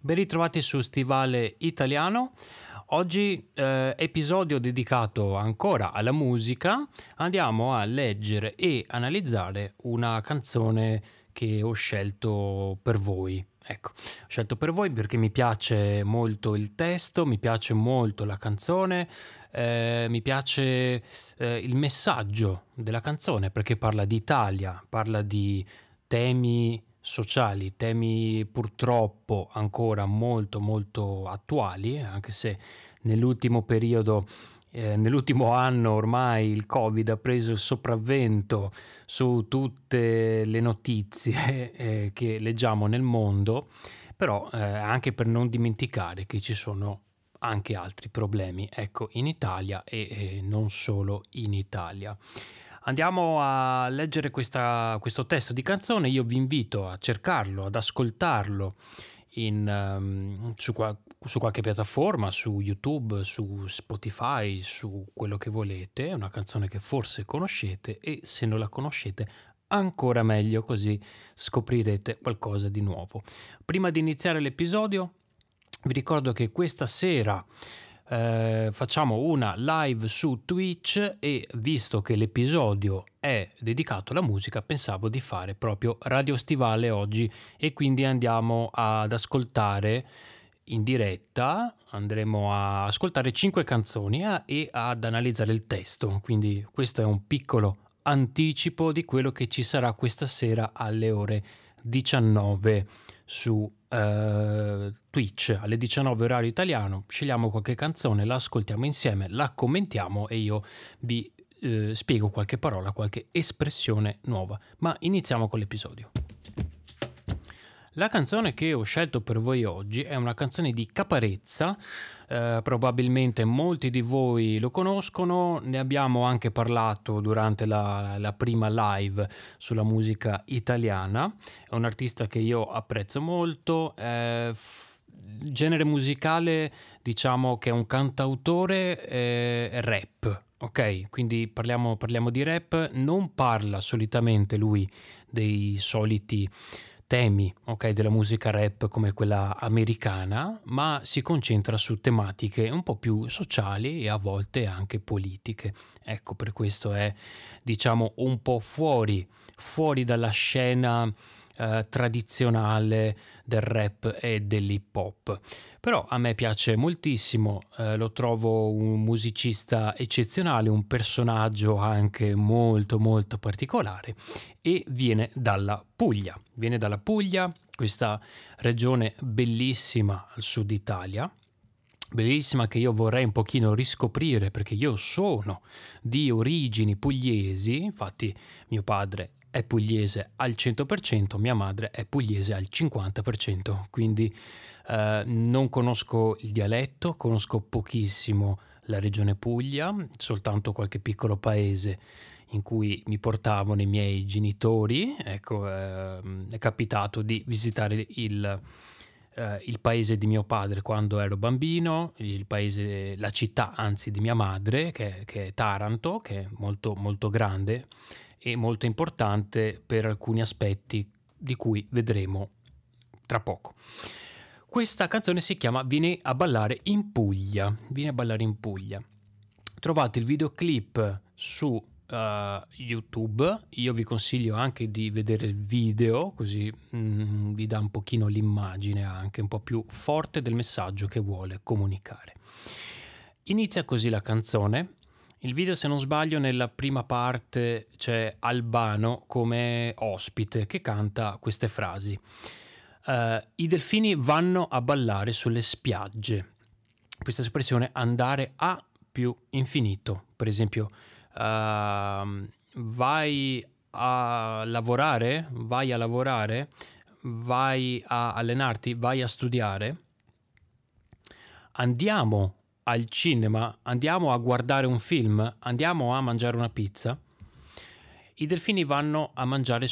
Ben ritrovati su Stivale Italiano. Oggi episodio dedicato ancora alla musica. Andiamo a leggere e analizzare una canzone che ho scelto per voi. Ecco, ho scelto per voi perché mi piace molto il testo, mi piace molto la canzone, mi piace il messaggio della canzone perché parla di Italia, parla di temi sociali, temi purtroppo ancora molto molto attuali, anche se nell'ultimo periodo, nell'ultimo anno ormai il Covid ha preso il sopravvento su tutte le notizie che leggiamo nel mondo, però anche per non dimenticare che ci sono anche altri problemi, ecco, in Italia e non solo in Italia. Andiamo a leggere questo testo di canzone. Io vi invito a cercarlo, ad ascoltarlo su qualche piattaforma, su YouTube, su Spotify, su quello che volete. È una canzone che forse conoscete e se non la conoscete ancora meglio, così scoprirete qualcosa di nuovo. Prima di iniziare l'episodio vi ricordo che questa sera facciamo una live su Twitch e visto che l'episodio è dedicato alla musica pensavo di fare proprio Radio Stivale oggi e quindi andiamo ad ascoltare in diretta, andremo a ascoltare 5 canzoni e ad analizzare il testo, quindi questo è un piccolo anticipo di quello che ci sarà questa sera alle ore 19 su Twitch alle 19 orario italiano. Scegliamo qualche canzone, la ascoltiamo insieme, la commentiamo e io vi spiego qualche parola, qualche espressione nuova. Ma iniziamo con l'episodio. La canzone che ho scelto per voi oggi è una canzone di Caparezza, probabilmente molti di voi lo conoscono, ne abbiamo anche parlato durante la prima live sulla musica italiana, è un artista che io apprezzo molto, genere musicale diciamo che è un cantautore rap. Ok, quindi parliamo di rap, non parla solitamente lui dei soliti temi, ok, della musica rap come quella americana, ma si concentra su tematiche un po' più sociali e a volte anche politiche. Ecco, per questo è, diciamo, un po' fuori dalla scena tradizionale del rap e dell'hip hop. Però a me piace moltissimo, lo trovo un musicista eccezionale, un personaggio anche molto molto particolare e viene dalla Puglia. Viene dalla Puglia, questa regione bellissima al sud Italia, bellissima che io vorrei un pochino riscoprire perché io sono di origini pugliesi, infatti mio padre è pugliese al 100%, mia madre è pugliese al 50%, quindi non conosco il dialetto, conosco pochissimo la regione Puglia, soltanto qualche piccolo paese in cui mi portavano i miei genitori. Ecco, è capitato di visitare il paese di mio padre quando ero bambino, la città anzi di mia madre che è Taranto, che è molto molto grande e molto importante per alcuni aspetti di cui vedremo tra poco. Questa canzone si chiama Vieni a ballare in Puglia. Vieni a ballare in Puglia. Trovate il videoclip su YouTube. Io vi consiglio anche di vedere il video, così vi dà un pochino l'immagine anche un po' più forte del messaggio che vuole comunicare. Inizia così la canzone. Il video, se non sbaglio, nella prima parte c'è Albano come ospite che canta queste frasi. I delfini vanno a ballare sulle spiagge. Questa espressione andare a più infinito. Per esempio, vai a lavorare, vai a allenarti, vai a studiare. Andiamo al cinema, andiamo a guardare un film, andiamo a mangiare una pizza. I delfini vanno a mangiare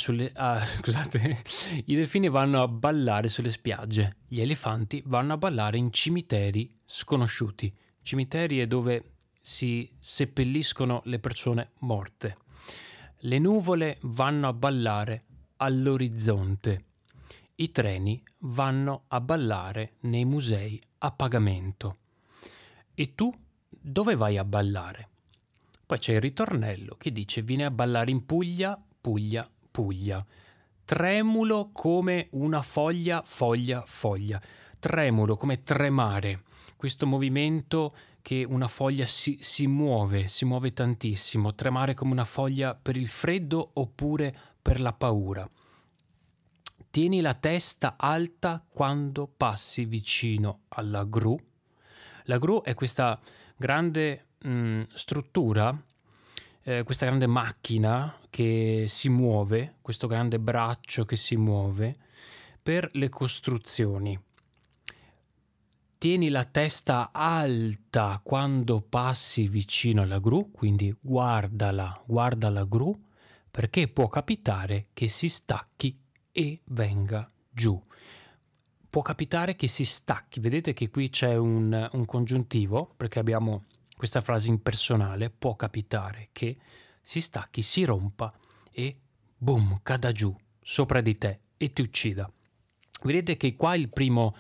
i delfini vanno a ballare sulle spiagge. Gli elefanti vanno a ballare in cimiteri sconosciuti. Cimiteri è dove si seppelliscono le persone morte. Le nuvole vanno a ballare all'orizzonte. i treni vanno a ballare nei musei a pagamento. E tu dove vai a ballare? Poi c'è il ritornello che dice: vieni a ballare in Puglia, Puglia, Puglia. Tremulo come una foglia, foglia, foglia. Tremulo come tremare. Questo movimento che una foglia si muove tantissimo. Tremare come una foglia per il freddo oppure per la paura. Tieni la testa alta quando passi vicino alla gru. La gru è questa grande struttura, questa grande macchina che si muove, questo grande braccio che si muove per le costruzioni. Tieni la testa alta quando passi vicino alla gru, quindi guarda la gru, perché può capitare che si stacchi e venga giù. Può capitare che si stacchi. Vedete che qui c'è un congiuntivo, perché abbiamo questa frase impersonale. Può capitare che si stacchi, si rompa e boom, cada giù sopra di te e ti uccida. Vedete che qua il primo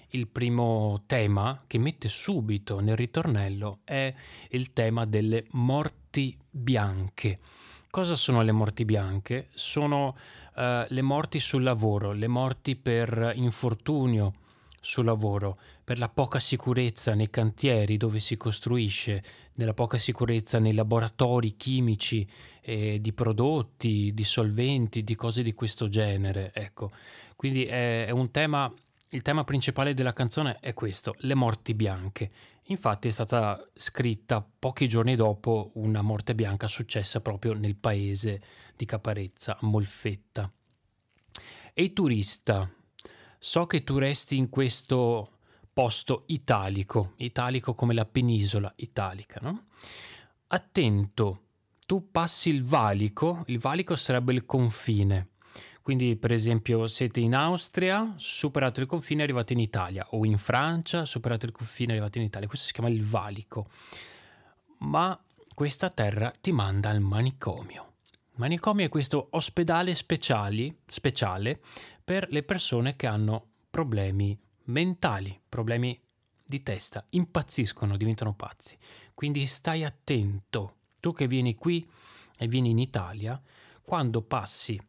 tema che mette subito nel ritornello è il tema delle morti bianche. Cosa sono le morti bianche? Sono le morti sul lavoro, le morti per infortunio sul lavoro, per la poca sicurezza nei cantieri dove si costruisce, nella poca sicurezza nei laboratori chimici, di prodotti, di solventi, di cose di questo genere. Ecco, quindi è un tema. Il tema principale della canzone è questo, le morti bianche. Infatti è stata scritta pochi giorni dopo una morte bianca successa proprio nel paese di Caparezza, a Molfetta. Ehi turista, so che tu resti in questo posto italico come la penisola italica, no? Attento, tu passi il valico sarebbe il confine. Quindi per esempio siete in Austria, superato il confine arrivate in Italia, o in Francia, superato il confine arrivate in Italia. Questo si chiama il valico. Ma questa terra ti manda al manicomio. Il manicomio è questo ospedale speciale per le persone che hanno problemi mentali, problemi di testa, impazziscono, diventano pazzi. Quindi stai attento, tu che vieni qui e vieni in Italia, quando passi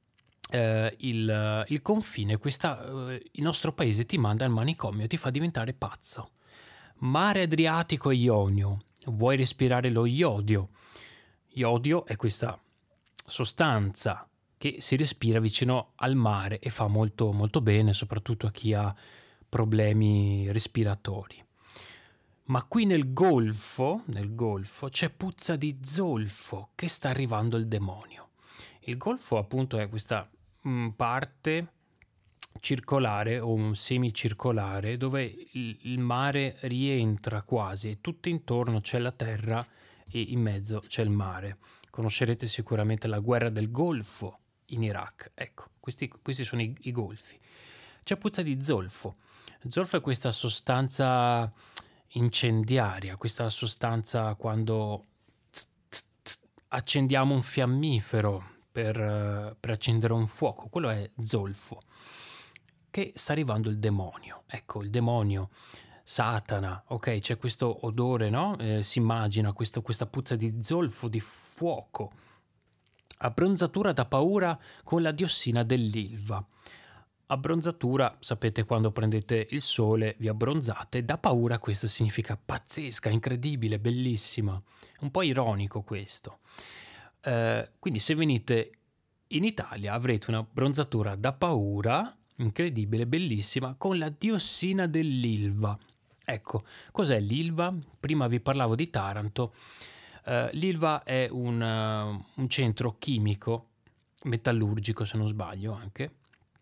il confine, il nostro paese ti manda al manicomio, ti fa diventare pazzo. Mare Adriatico e Ionio, vuoi respirare lo iodio? Iodio è questa sostanza che si respira vicino al mare e fa molto, molto bene, soprattutto a chi ha problemi respiratori. Ma qui nel golfo c'è puzza di zolfo, che sta arrivando il demonio. Il golfo appunto è questa parte circolare o semicircolare dove il mare rientra quasi e tutto intorno c'è la terra e in mezzo c'è il mare. Conoscerete sicuramente la guerra del Golfo in Iraq. Ecco, questi sono i golfi. C'è puzza di zolfo. Il zolfo è questa sostanza incendiaria, questa sostanza quando accendiamo un fiammifero per accendere un fuoco, quello è zolfo, che sta arrivando il demonio. Ecco, il demonio, Satana, ok, c'è questo odore, no? Si immagina questa puzza di zolfo, di fuoco. Abbronzatura da paura con la diossina dell'Ilva. Abbronzatura, sapete, quando prendete il sole vi abbronzate, da paura questo significa pazzesca, incredibile, bellissima, un po' ironico questo. Quindi se venite in Italia avrete una bronzatura da paura, incredibile, bellissima, con la diossina dell'Ilva. Ecco, cos'è l'Ilva? Prima vi parlavo di Taranto. L'Ilva è un centro chimico, metallurgico se non sbaglio anche,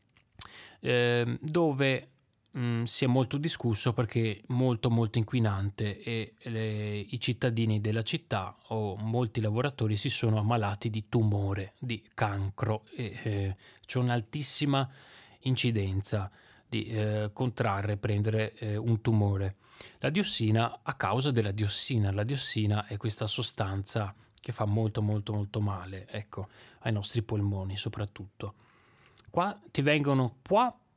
dove si è molto discusso perché molto molto inquinante e i cittadini della città o molti lavoratori si sono ammalati di tumore, di cancro e c'è un'altissima incidenza di prendere un tumore. La diossina, a causa della diossina, la diossina è questa sostanza che fa molto molto molto male, ecco, ai nostri polmoni soprattutto. Qua ti vengono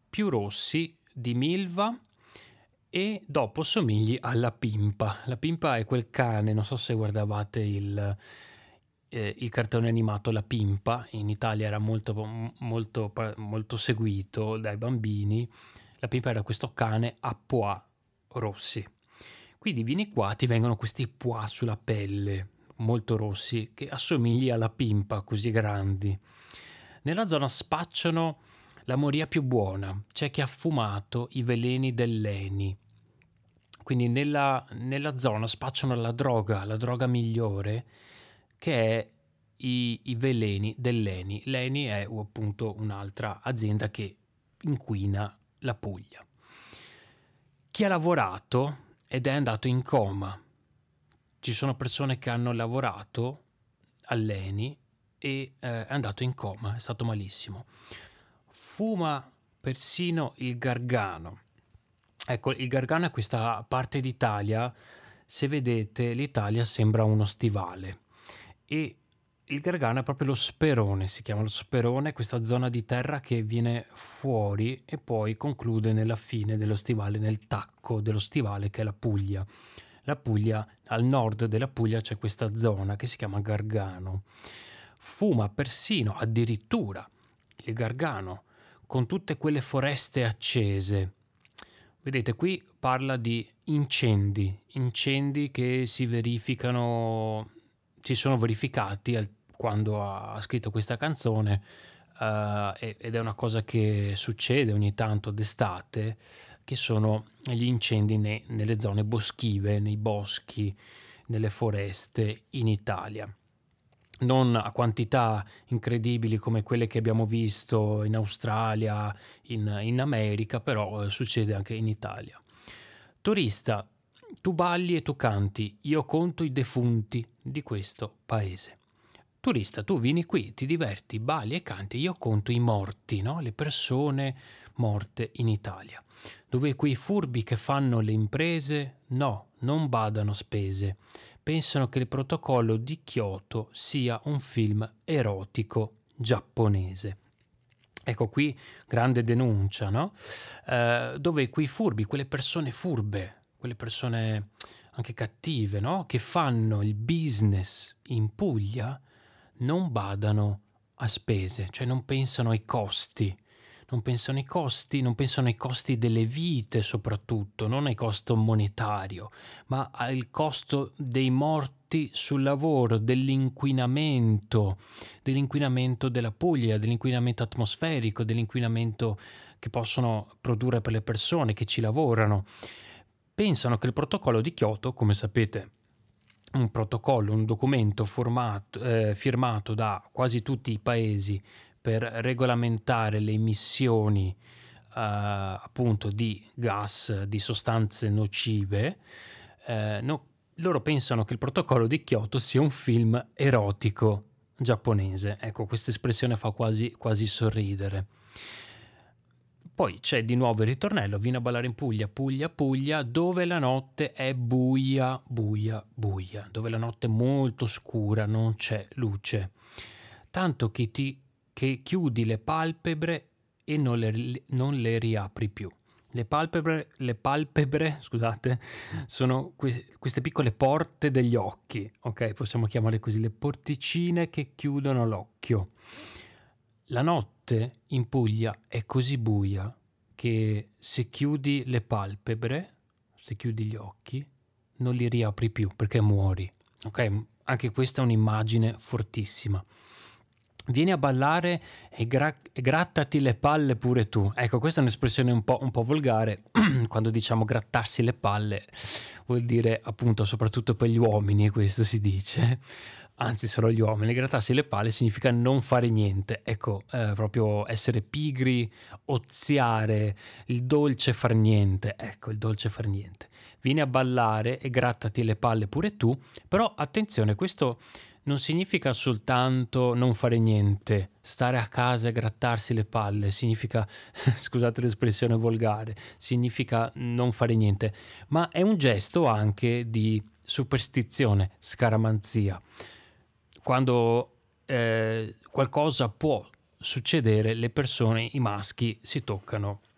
più rossi di Milva e dopo somigli alla Pimpa. La Pimpa è quel cane, non so se guardavate il cartone animato La Pimpa, in Italia era molto seguito dai bambini. La Pimpa era questo cane a pois rossi. Quindi vieni qua, ti vengono questi pois sulla pelle, molto rossi, che assomigli alla Pimpa, così grandi. Nella zona spacciano la moria più buona, c'è chi ha fumato i veleni dell'Eni. Quindi nella zona spacciano la droga migliore, che è i veleni dell'Eni. L'Eni è appunto un'altra azienda che inquina la Puglia. Chi ha lavorato ed è andato in coma. Ci sono persone che hanno lavorato all'Eni e è andato in coma, è stato malissimo. Fuma persino il Gargano. Ecco, il Gargano è questa parte d'Italia, se vedete l'Italia sembra uno stivale e il Gargano è proprio lo sperone, si chiama lo sperone, questa zona di terra che viene fuori e poi conclude nella fine dello stivale, nel tacco dello stivale che è la Puglia. La Puglia, al nord della Puglia c'è questa zona che si chiama Gargano. Fuma persino, addirittura, il Gargano, con tutte quelle foreste accese. Vedete, qui parla di incendi che si sono verificati quando ha scritto questa canzone, ed è una cosa che succede ogni tanto d'estate, che sono gli incendi nelle zone boschive, nei boschi, nelle foreste in Italia. Non a quantità incredibili come quelle che abbiamo visto in Australia, in America, però succede anche in Italia. Turista, tu balli e tu canti, io conto i defunti di questo paese. Turista, tu vieni qui, ti diverti, balli e canti, io conto i morti, no? Le persone morte in Italia. Dove quei furbi che fanno le imprese, no, non badano spese. Pensano che il protocollo di Kyoto sia un film erotico giapponese. Ecco qui grande denuncia, no? Dove quei furbi, quelle persone furbe, quelle persone anche cattive, no? Che fanno il business in Puglia, non badano a spese, cioè non pensano ai costi. Non pensano ai costi delle vite soprattutto, non ai costo monetario, ma al costo dei morti sul lavoro, dell'inquinamento della Puglia, dell'inquinamento atmosferico, dell'inquinamento che possono produrre per le persone che ci lavorano. Pensano che il protocollo di Kyoto, come sapete, un protocollo, un documento firmato da quasi tutti i paesi per regolamentare le emissioni appunto di gas, di sostanze nocive, loro pensano che il protocollo di Kyoto sia un film erotico giapponese. Ecco, questa espressione fa quasi sorridere. Poi c'è di nuovo il ritornello, vieni a ballare in Puglia, Puglia, Puglia, dove la notte è buia, buia, buia, dove la notte è molto scura, non c'è luce. Tanto che chiudi le palpebre e non le riapri più. Le palpebre, scusate, sono queste piccole porte degli occhi, ok? Possiamo chiamarle così, le porticine che chiudono l'occhio. La notte in Puglia è così buia che se chiudi le palpebre, se chiudi gli occhi, non li riapri più perché muori. Ok? Anche questa è un'immagine fortissima. Vieni a ballare e grattati le palle pure tu. Ecco, questa è un'espressione un po' volgare. Quando diciamo grattarsi le palle vuol dire appunto soprattutto per gli uomini, questo si dice. Anzi, solo gli uomini. Grattarsi le palle significa non fare niente. Ecco, proprio essere pigri, oziare, il dolce far niente. Ecco, il dolce far niente. Vieni a ballare e grattati le palle pure tu. Però attenzione, questo non significa soltanto non fare niente, stare a casa e grattarsi le palle, significa, scusate l'espressione volgare, significa non fare niente, ma è un gesto anche di superstizione, scaramanzia. Quando qualcosa può succedere, le persone, i maschi, si toccano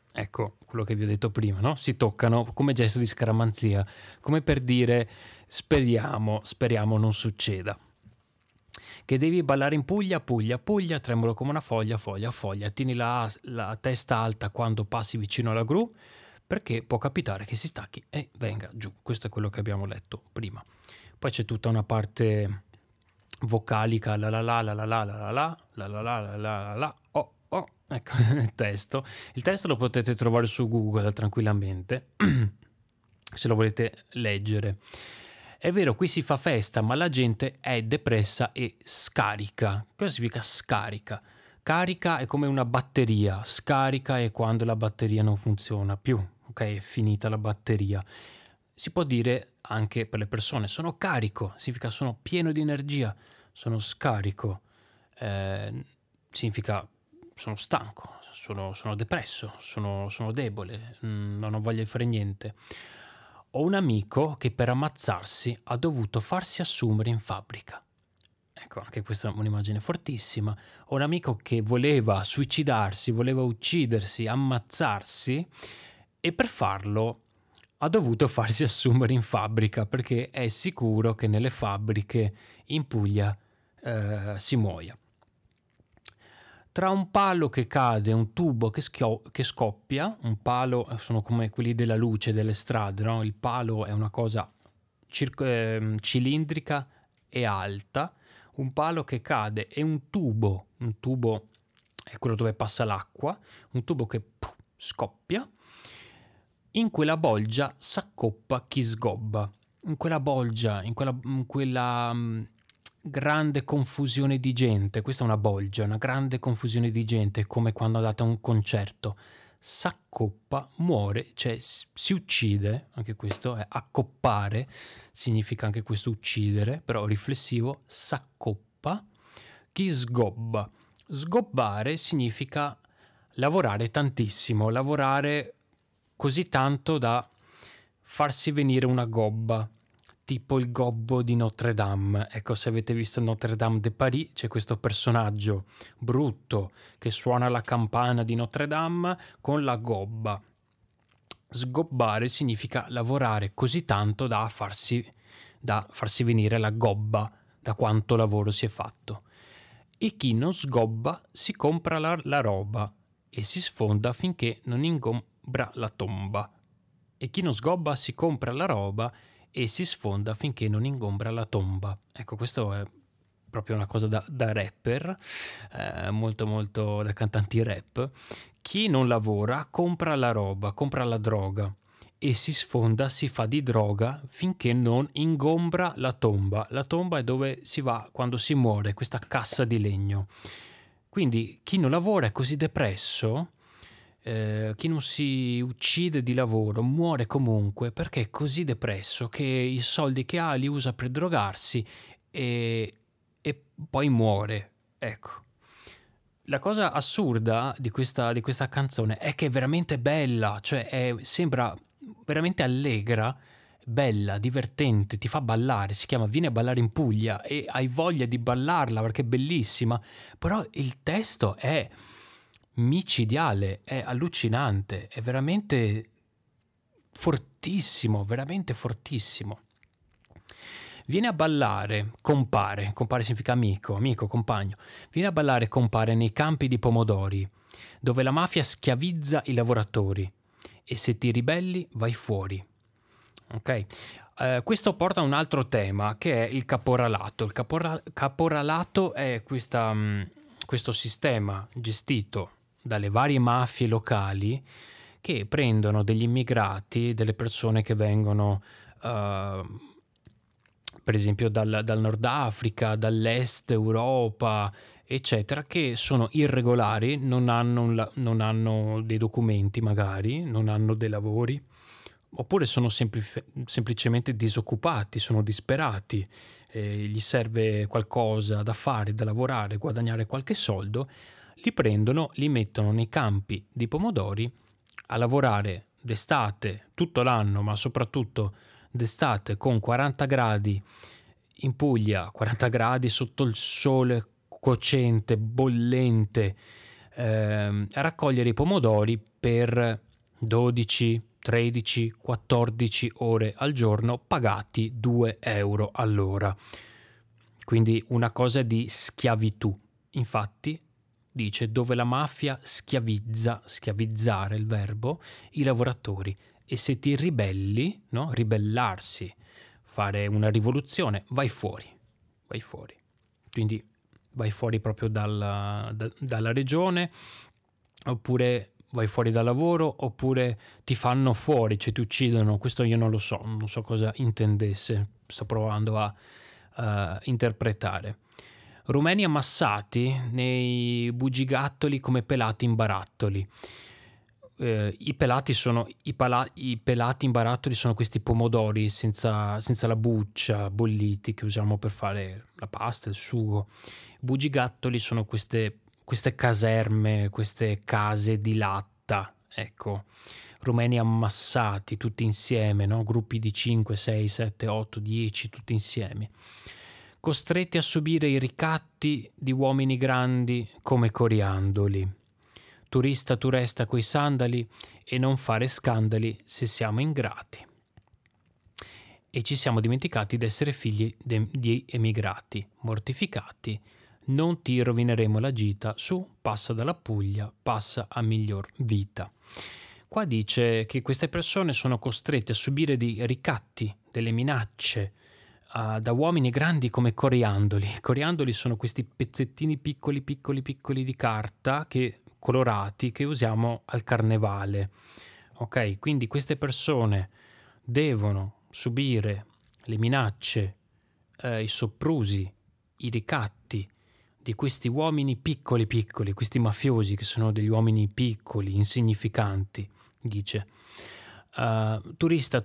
Ecco, quello che vi ho detto prima, no? Si toccano come gesto di scaramanzia, come per dire speriamo non succeda. Che devi ballare in Puglia, Puglia, Puglia, tremolo come una foglia, foglia, foglia. Tieni la testa alta quando passi vicino alla gru, perché può capitare che si stacchi e venga giù. Questo è quello che abbiamo letto prima. Poi c'è tutta una parte vocalica, la la la la la la la la la la la la la la, oh oh, ecco il testo. Il testo lo potete trovare su Google tranquillamente, se lo volete leggere. È vero, qui si fa festa, ma la gente è depressa e scarica. Cosa significa scarica? Carica è come una batteria, scarica è quando la batteria non funziona più, ok? È finita la batteria. Si può dire anche per le persone, sono carico, significa sono pieno di energia, sono scarico, significa sono stanco, sono depresso, sono debole, non ho voglia di fare niente. Ho un amico che per ammazzarsi ha dovuto farsi assumere in fabbrica. Ecco, anche questa è un'immagine fortissima. Ho un amico che voleva suicidarsi, voleva uccidersi, ammazzarsi e per farlo ha dovuto farsi assumere in fabbrica perché è sicuro che nelle fabbriche in Puglia si muoia. Tra un palo che cade e un tubo che scoppia, un palo sono come quelli della luce delle strade, no? Il palo è una cosa cilindrica e alta, un palo che cade e un tubo è quello dove passa l'acqua, un tubo che scoppia, in quella bolgia s'accoppa chi sgobba. In quella bolgia, in quella grande confusione di gente, questa è una bolgia, una grande confusione di gente, come quando andate a un concerto, s'accoppa, muore, cioè si uccide, anche questo è accoppare, significa anche questo uccidere, però riflessivo, s'accoppa, chi sgobba. Sgobbare significa lavorare tantissimo, lavorare così tanto da farsi venire una gobba, tipo il gobbo di Notre Dame. Ecco, se avete visto Notre Dame de Paris, c'è questo personaggio brutto che suona la campana di Notre Dame con la gobba. Sgobbare significa lavorare così tanto da farsi venire la gobba da quanto lavoro si è fatto. E chi non sgobba si compra la roba e si sfonda finché non ingombra la tomba. E chi non sgobba si compra la roba e si sfonda finché non ingombra la tomba. Ecco, questo è proprio una cosa da rapper, molto molto da cantanti rap. Chi non lavora compra la roba, compra la droga e si sfonda, si fa di droga finché non ingombra la tomba. La tomba è dove si va quando si muore, questa cassa di legno. Quindi chi non lavora è così depresso, chi non si uccide di lavoro muore comunque perché è così depresso che i soldi che ha li usa per drogarsi e poi muore. Ecco. La cosa assurda di questa canzone è che è veramente bella, cioè sembra veramente allegra, bella, divertente, ti fa ballare, si chiama Vieni a ballare in Puglia e hai voglia di ballarla perché è bellissima, però il testo è micidiale, è allucinante, è veramente fortissimo, veramente fortissimo. Viene a ballare, compare significa amico, compagno. Viene a ballare, compare nei campi di pomodori, dove la mafia schiavizza i lavoratori e se ti ribelli vai fuori. Ok? Questo porta a un altro tema che è il caporalato. Il caporalato è questo sistema gestito dalle varie mafie locali che prendono degli immigrati, delle persone che vengono per esempio dal Nord Africa, dall'Est Europa, eccetera, che sono irregolari, non hanno dei documenti magari, non hanno dei lavori, oppure sono semplicemente disoccupati, sono disperati, gli serve qualcosa da fare, da lavorare, guadagnare qualche soldo, li prendono, li mettono nei campi di pomodori a lavorare d'estate, tutto l'anno, ma soprattutto d'estate con 40 gradi in Puglia, 40 gradi sotto il sole cocente, bollente, raccogliere i pomodori per 12, 13, 14 ore al giorno, pagati 2 euro all'ora. Quindi una cosa di schiavitù. Infatti dice dove la mafia schiavizzare il verbo, i lavoratori. E se ti ribelli, no? Ribellarsi, fare una rivoluzione, vai fuori. Quindi vai fuori proprio dalla regione, oppure vai fuori dal lavoro, oppure ti fanno fuori, cioè ti uccidono. Questo io non lo so, non so cosa intendesse, sto provando a interpretare. Rumeni ammassati nei bugigattoli come pelati in barattoli. I pelati in barattoli sono questi pomodori senza la buccia, bolliti, che usiamo per fare la pasta, il sugo. Bugigattoli sono queste caserme, queste case di latta, ecco. Rumeni ammassati tutti insieme, no? Gruppi di 5, 6, 7, 8, 10 tutti insieme, costretti a subire i ricatti di uomini grandi come coriandoli. Turista, tu resta coi sandali e non fare scandali se siamo ingrati. E ci siamo dimenticati d'essere figli di emigrati, mortificati. Non ti rovineremo la gita, su, passa dalla Puglia, passa a miglior vita. Qua dice che queste persone sono costrette a subire dei ricatti, delle minacce, da uomini grandi come coriandoli. I coriandoli sono questi pezzettini piccoli di carta colorati che usiamo al carnevale. Ok, quindi queste persone devono subire le minacce, i soprusi, i ricatti di questi uomini piccoli, questi mafiosi che sono degli uomini piccoli, insignificanti, dice. Turista,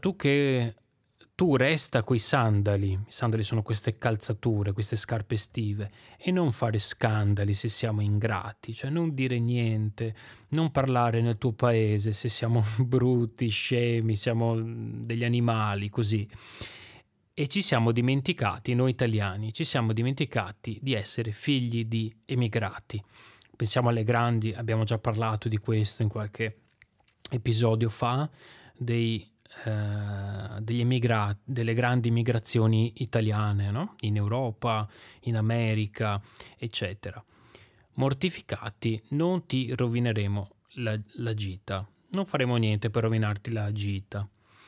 tu resta coi sandali. I sandali sono queste calzature, queste scarpe estive, e non fare scandali se siamo ingrati, cioè non dire niente, non parlare nel tuo paese se siamo brutti, scemi, siamo degli animali, così. E ci siamo dimenticati, noi italiani, di essere figli di emigrati. Pensiamo alle grandi, abbiamo già parlato di questo in qualche episodio fa, degli emigrati, delle grandi migrazioni italiane, no? In Europa, in America, eccetera. Mortificati, non ti rovineremo la gita, non faremo niente per rovinarti la gita.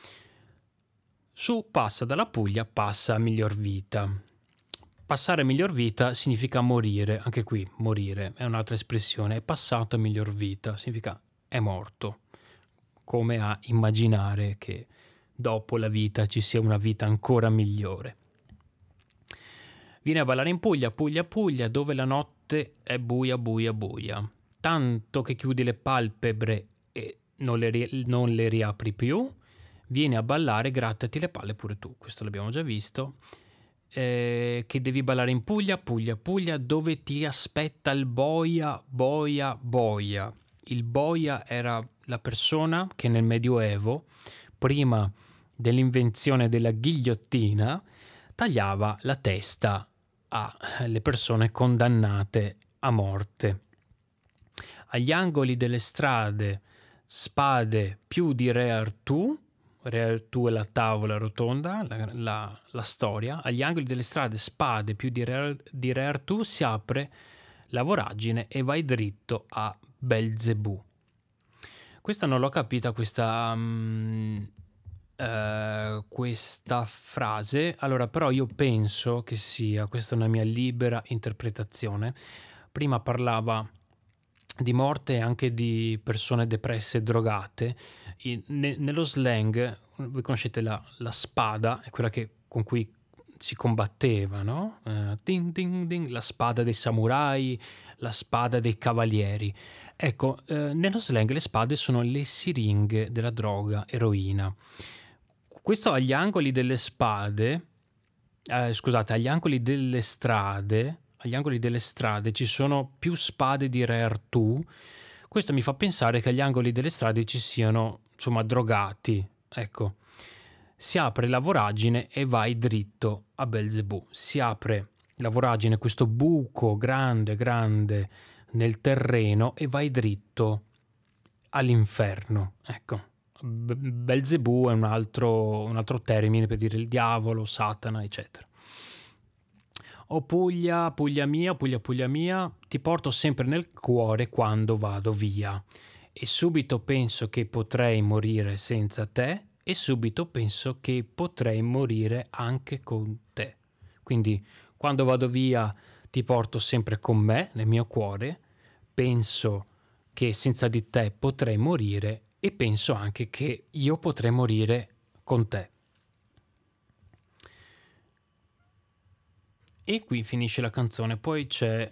Su, passa dalla Puglia, passa a miglior vita. Passare a miglior vita significa morire, anche qui morire è un'altra espressione, è passato a miglior vita, significa è morto, come a immaginare che dopo la vita ci sia una vita ancora migliore. Viene a ballare in Puglia, Puglia, dove la notte è buia, tanto che chiudi le palpebre e non le riapri più. Vieni a ballare, grattati le palle pure tu, questo l'abbiamo già visto. Che devi ballare in Puglia, dove ti aspetta il boia. Il boia era la persona che nel Medioevo, prima dell'invenzione della ghigliottina, tagliava la testa alle persone condannate a morte. Agli angoli delle strade, spade più di Re Artù. Re Artù è la tavola rotonda, la storia. Agli angoli delle strade, spade più di Re Artù, si apre la voragine e vai dritto a Belzebù. Questa non l'ho capita, questa frase. Allora, però io penso che sia, questa è una mia libera interpretazione. Prima parlava di morte e anche di persone depresse e drogate. Nello slang, voi conoscete la spada, è quella con cui si combatteva, no? Ding, ding, ding, la spada dei samurai, la spada dei cavalieri. Ecco, nello slang le spade sono le siringhe della droga, eroina. Questo agli angoli delle spade, agli angoli delle strade ci sono più spade di Re Artù. Questo mi fa pensare che agli angoli delle strade ci siano, insomma, drogati. Ecco, si apre la voragine e vai dritto a Belzebù. Si apre la voragine, questo buco grande nel terreno e vai dritto all'inferno. Ecco, Belzebù è un altro termine per dire il diavolo, Satana, eccetera. O Puglia, Puglia mia, ti porto sempre nel cuore quando vado via. E subito penso che potrei morire senza te, e subito penso che potrei morire anche con te. Quindi, quando vado via, ti porto sempre con me, nel mio cuore, penso che senza di te potrei morire e penso anche che io potrei morire con te. E qui finisce la canzone, poi c'è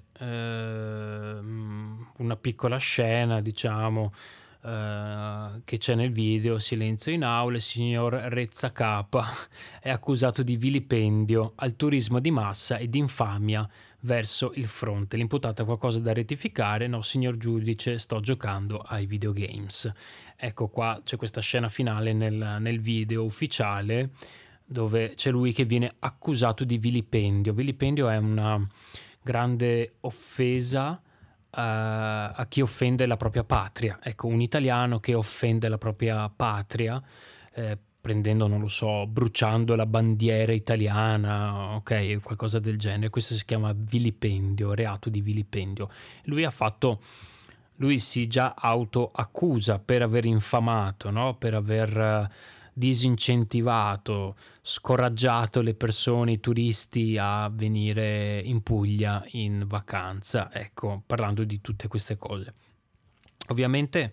una piccola scena, diciamo, che c'è nel video: silenzio in aula, il signor Rezzacapa è accusato di vilipendio al turismo di massa e di infamia verso il fronte. L'imputato ha qualcosa da rettificare? No, signor giudice, sto giocando ai videogames. Ecco, qua c'è questa scena finale nel video ufficiale, dove c'è lui che viene accusato di vilipendio. Vilipendio è una grande offesa a chi offende la propria patria. Ecco, un italiano che offende la propria patria, prendendo, non lo so, bruciando la bandiera italiana, ok, qualcosa del genere. Questo si chiama vilipendio, reato di vilipendio. Lui si già autoaccusa per aver infamato, no? Per aver disincentivato, scoraggiato le persone, i turisti a venire in Puglia in vacanza, ecco, parlando di tutte queste cose. Ovviamente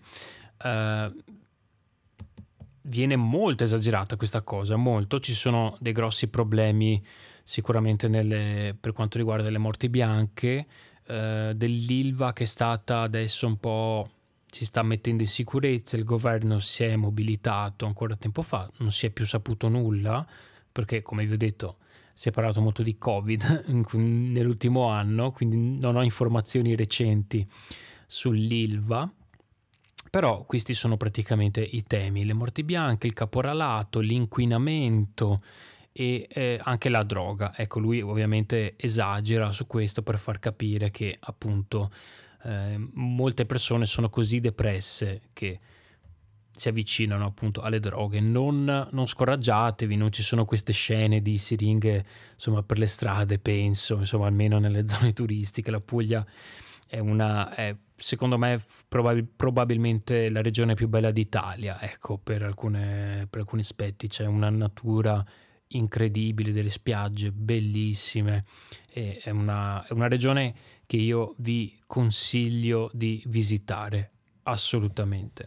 viene molto esagerata questa cosa, molto. Ci sono dei grossi problemi sicuramente per quanto riguarda le morti bianche, dell'Ilva che è stata adesso un po', si sta mettendo in sicurezza, il governo si è mobilitato ancora tempo fa, non si è più saputo nulla, perché come vi ho detto si è parlato molto di Covid nell'ultimo anno, quindi non ho informazioni recenti sull'Ilva. Però questi sono praticamente i temi: le morti bianche, il caporalato, l'inquinamento e anche la droga. Ecco, lui ovviamente esagera su questo per far capire che appunto molte persone sono così depresse che si avvicinano appunto alle droghe. Non scoraggiatevi, non ci sono queste scene di siringhe, insomma, per le strade, penso, insomma, almeno nelle zone turistiche. La Puglia è secondo me probabilmente la regione più bella d'Italia, ecco, per alcuni aspetti. C'è una natura incredibile, delle spiagge bellissime, e è una regione che io vi consiglio di visitare assolutamente.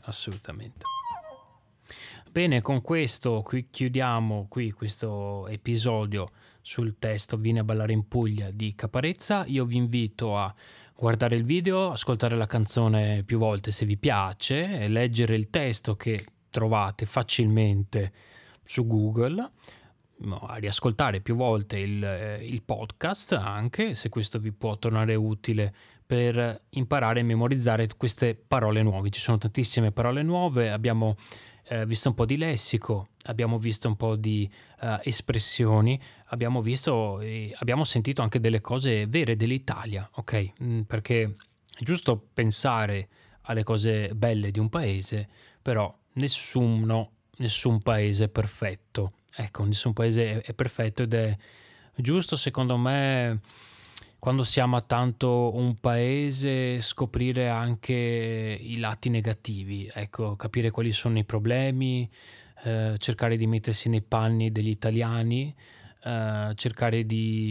Bene, con questo qui chiudiamo questo episodio sul testo Vieni a ballare in Puglia di Caparezza. Io vi invito a guardare il video, ascoltare la canzone più volte se vi piace, e leggere il testo che trovate facilmente su Google, a riascoltare più volte il podcast, anche se questo vi può tornare utile per imparare a memorizzare queste parole nuove. Ci sono tantissime parole nuove, abbiamo visto un po' di lessico, abbiamo visto un po' di espressioni, abbiamo sentito anche delle cose vere dell'Italia, ok? Perché è giusto pensare alle cose belle di un paese, però nessun paese è perfetto. Ecco, nessun paese è perfetto, ed è giusto, secondo me, quando si ama tanto un paese, scoprire anche i lati negativi, ecco, capire quali sono i problemi, cercare di mettersi nei panni degli italiani, cercare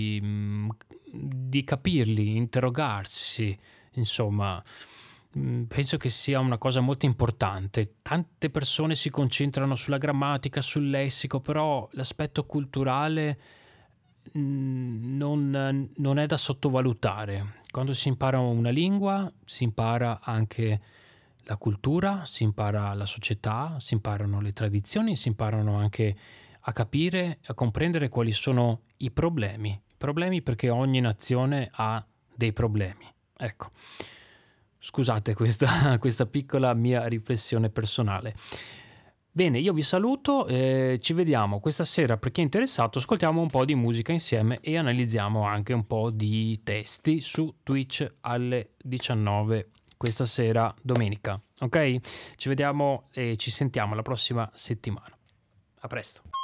di capirli, interrogarsi, insomma. Penso che sia una cosa molto importante. Tante persone si concentrano sulla grammatica, sul lessico, però l'aspetto culturale non è da sottovalutare. Quando si impara una lingua, si impara anche la cultura, si impara la società, si imparano le tradizioni, si imparano anche a capire, a comprendere quali sono i problemi. I problemi, perché ogni nazione ha dei problemi. Ecco. Scusate questa piccola mia riflessione personale. Bene, io vi saluto, ci vediamo questa sera. Per chi è interessato, ascoltiamo un po' di musica insieme e analizziamo anche un po' di testi su Twitch alle 19 questa sera, domenica. Ok? Ci vediamo e ci sentiamo la prossima settimana. A presto.